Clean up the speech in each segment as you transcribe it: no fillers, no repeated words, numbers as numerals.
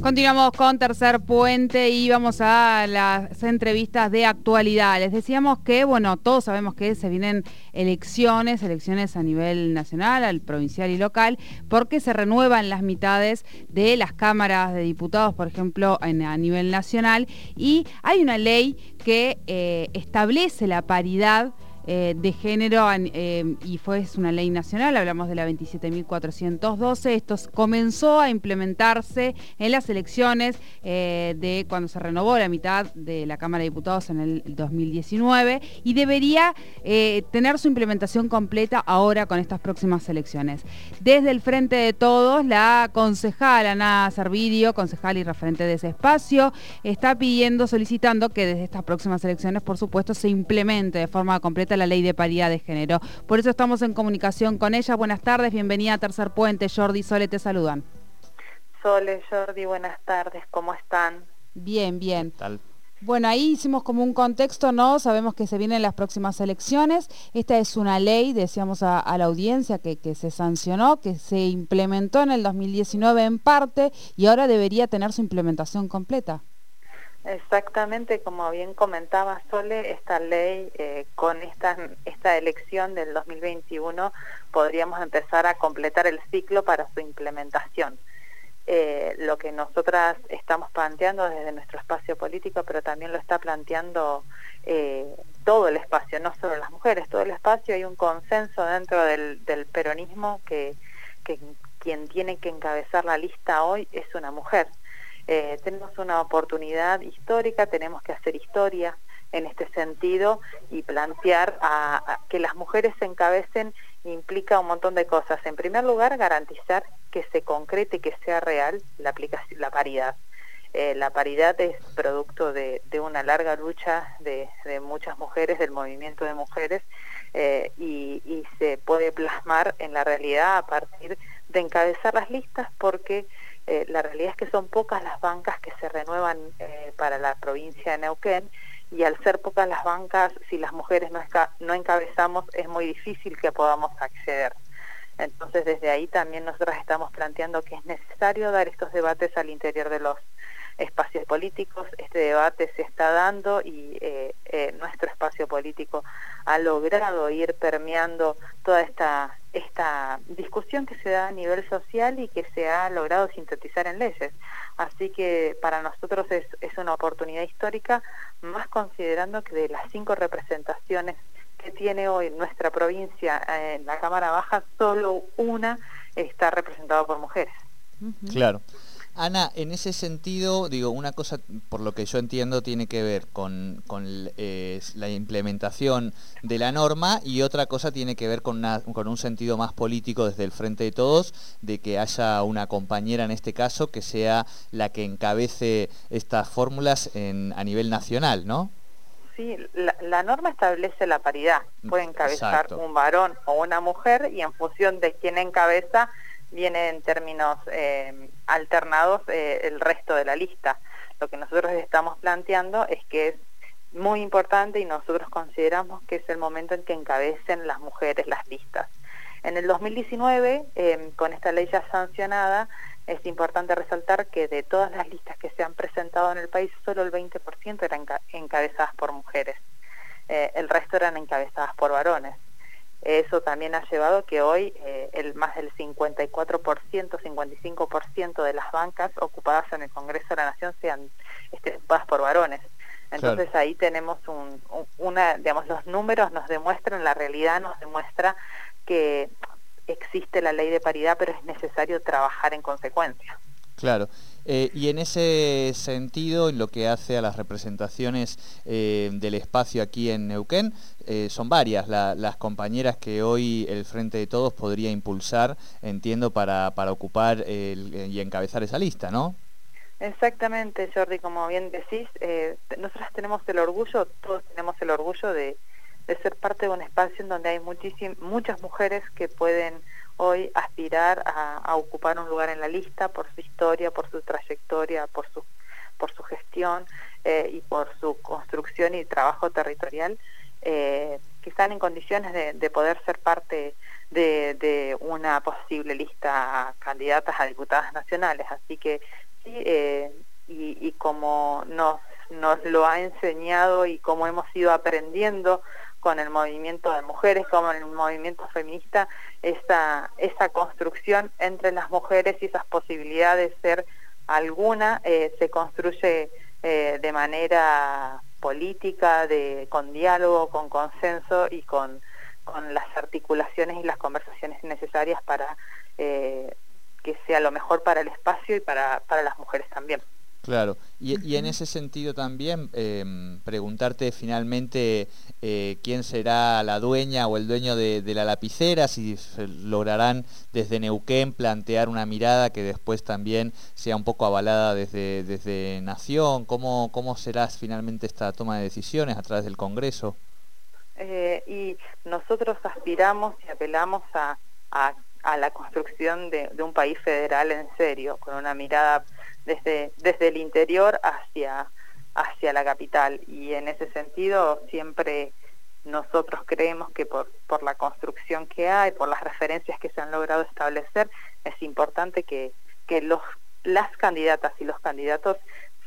Continuamos con Tercer Puente y vamos a las entrevistas de actualidad. Les decíamos que, bueno, todos sabemos que se vienen elecciones a nivel nacional, al provincial y local, porque se renuevan las mitades de las cámaras de diputados, por ejemplo, a nivel nacional, y hay una ley que establece la paridad de género y es una ley nacional, hablamos de la 27.412. Esto comenzó a implementarse en las elecciones de cuando se renovó la mitad de la Cámara de Diputados en el 2019 y debería tener su implementación completa ahora con estas próximas elecciones. Desde el Frente de Todos, la concejal Ana Servidio, concejal y referente de ese espacio, está solicitando que desde estas próximas elecciones, por supuesto, se implemente de forma completa la ley de paridad de género. Por eso estamos en comunicación con ella. Buenas tardes, bienvenida a Tercer Puente. Jordi, Sole, te saludan. Sole, Jordi, buenas tardes, ¿cómo están? Bien, bien. ¿Qué tal? Bueno, ahí hicimos como un contexto, ¿no? Sabemos que se vienen las próximas elecciones. Esta es una ley, decíamos a la audiencia, que se sancionó, que se implementó en el 2019 en parte y ahora debería tener su implementación completa. Exactamente, como bien comentaba Sole, esta ley, con esta elección del 2021, podríamos empezar a completar el ciclo para su implementación. Lo que nosotras estamos planteando desde nuestro espacio político, pero también lo está planteando todo el espacio, no solo las mujeres, todo el espacio. Hay un consenso dentro del peronismo que quien tiene que encabezar la lista hoy es una mujer. Tenemos una oportunidad histórica, tenemos que hacer historia en este sentido y plantear que las mujeres se encabecen implica un montón de cosas. En primer lugar, garantizar que se concrete, que sea real la paridad. La paridad es producto de una larga lucha de muchas mujeres, del movimiento de mujeres, y se puede plasmar en la realidad a partir de encabezar las listas, porque la realidad es que son pocas las bancas que se renuevan para la provincia de Neuquén, y al ser pocas las bancas, si las mujeres no encabezamos, es muy difícil que podamos acceder. Entonces, desde ahí también nosotras estamos planteando que es necesario dar estos debates al interior de los espacios políticos. Este debate se está dando y nuestro espacio político ha logrado ir permeando toda esta discusión que se da a nivel social y que se ha logrado sintetizar en leyes. Así que para nosotros es una oportunidad histórica, más considerando que de las 5 representaciones que tiene hoy nuestra provincia en la Cámara Baja, solo una está representada por mujeres. Claro. Ana, en ese sentido, digo, una cosa, por lo que yo entiendo, tiene que ver con la implementación de la norma, y otra cosa tiene que ver con un sentido más político desde el Frente de Todos, de que haya una compañera en este caso que sea la que encabece estas fórmulas a nivel nacional, ¿no? Sí, la norma establece la paridad. Puede encabezar Exacto. un varón o una mujer, y en función de quién encabeza viene en términos alternados el resto de la lista. Lo que nosotros estamos planteando es que es muy importante y nosotros consideramos que es el momento en que encabecen las mujeres las listas. En el 2019, con esta ley ya sancionada, es importante resaltar que de todas las listas que se han presentado en el país, solo el 20% eran encabezadas por mujeres. El resto eran encabezadas por varones. Eso también ha llevado que hoy más del 54%, 55% de las bancas ocupadas en el Congreso de la Nación sean ocupadas por varones. Entonces claro, ahí tenemos digamos, los números nos demuestran, la realidad nos demuestra que existe la ley de paridad, pero es necesario trabajar en consecuencia. Claro. Y en ese sentido, en lo que hace a las representaciones del espacio aquí en Neuquén, son varias las compañeras que hoy el Frente de Todos podría impulsar, entiendo, para ocupar y encabezar esa lista, ¿no? Exactamente, Jordi, como bien decís, nosotros tenemos el orgullo, todos tenemos el orgullo de ser parte de un espacio en donde hay muchas mujeres que pueden hoy aspirar a ocupar un lugar en la lista por su historia, por su trayectoria, por su gestión y por su construcción y trabajo territorial, que están en condiciones de poder ser parte de una posible lista a candidatas a diputadas nacionales. Así que así, y como nos lo ha enseñado y como hemos ido aprendiendo con el movimiento de mujeres, como en el movimiento feminista, esa construcción entre las mujeres y esas posibilidades de ser alguna se construye de manera política, con diálogo, con consenso y con las articulaciones y las conversaciones necesarias para que sea lo mejor para el espacio y para las mujeres también. Claro, y en ese sentido también preguntarte finalmente quién será la dueña o el dueño de la lapicera, si lograrán desde Neuquén plantear una mirada que después también sea un poco avalada desde Nación. ¿Cómo será finalmente esta toma de decisiones a través del Congreso? Y nosotros aspiramos y apelamos a la construcción de un país federal en serio, con una mirada desde el interior hacia la capital, y en ese sentido siempre nosotros creemos que por la construcción que hay, por las referencias que se han logrado establecer, es importante que las candidatas y los candidatos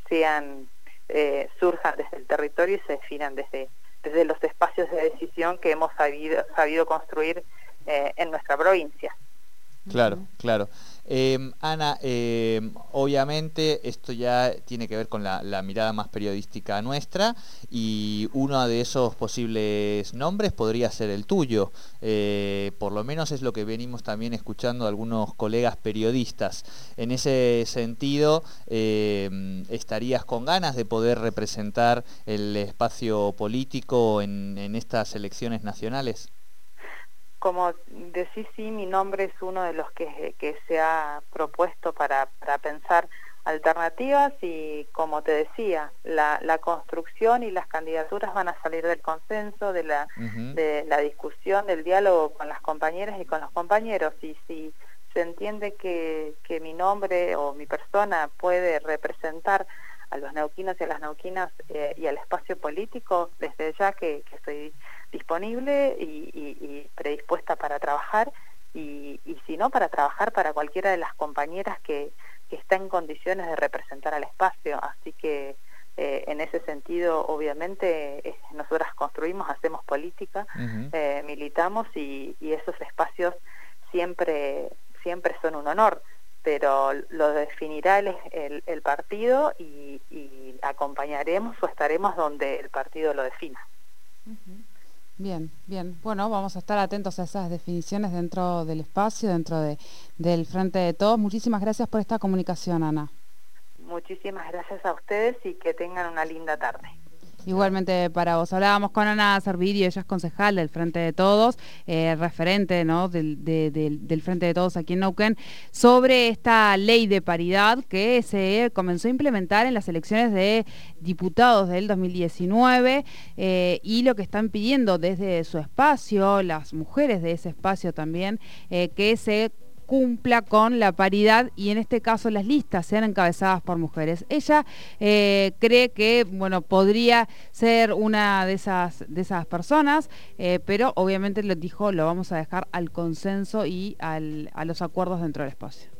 surjan desde el territorio y se definan desde los espacios de decisión que hemos sabido construir en nuestra provincia. Claro, claro. Ana, obviamente esto ya tiene que ver con la mirada más periodística nuestra, y uno de esos posibles nombres podría ser el tuyo. Por lo menos es lo que venimos también escuchando de algunos colegas periodistas. En ese sentido, ¿estarías con ganas de poder representar el espacio político en estas elecciones nacionales? Como decís, sí, mi nombre es uno de los que se ha propuesto para pensar alternativas, y como te decía, la construcción y las candidaturas van a salir del consenso, de la discusión, del diálogo con las compañeras y con los compañeros, y si se entiende que mi nombre o mi persona puede representar a los neuquinos y a las neuquinas y al espacio político, desde ya que estoy disponible y predispuesta para trabajar, y si no, para trabajar para cualquiera de las compañeras que está en condiciones de representar al espacio. Así que en ese sentido, obviamente, nosotras construimos, hacemos política, militamos, y esos espacios siempre son un honor, pero lo definirá el partido, y acompañaremos o estaremos donde el partido lo defina. Bien, bien. Bueno, vamos a estar atentos a esas definiciones dentro del espacio, dentro del Frente de Todos. Muchísimas gracias por esta comunicación, Ana. Muchísimas gracias a ustedes y que tengan una linda tarde. Igualmente para vos. Hablábamos con Ana Servirio, ella es concejal del Frente de Todos, referente, ¿no?, del Frente de Todos aquí en Neuquén, sobre esta ley de paridad que se comenzó a implementar en las elecciones de diputados del 2019, y lo que están pidiendo desde su espacio, las mujeres de ese espacio también, que se cumpla con la paridad, y en este caso las listas sean encabezadas por mujeres. Ella cree que, bueno, podría ser una de esas personas, pero obviamente lo dijo, lo vamos a dejar al consenso y a los acuerdos dentro del espacio.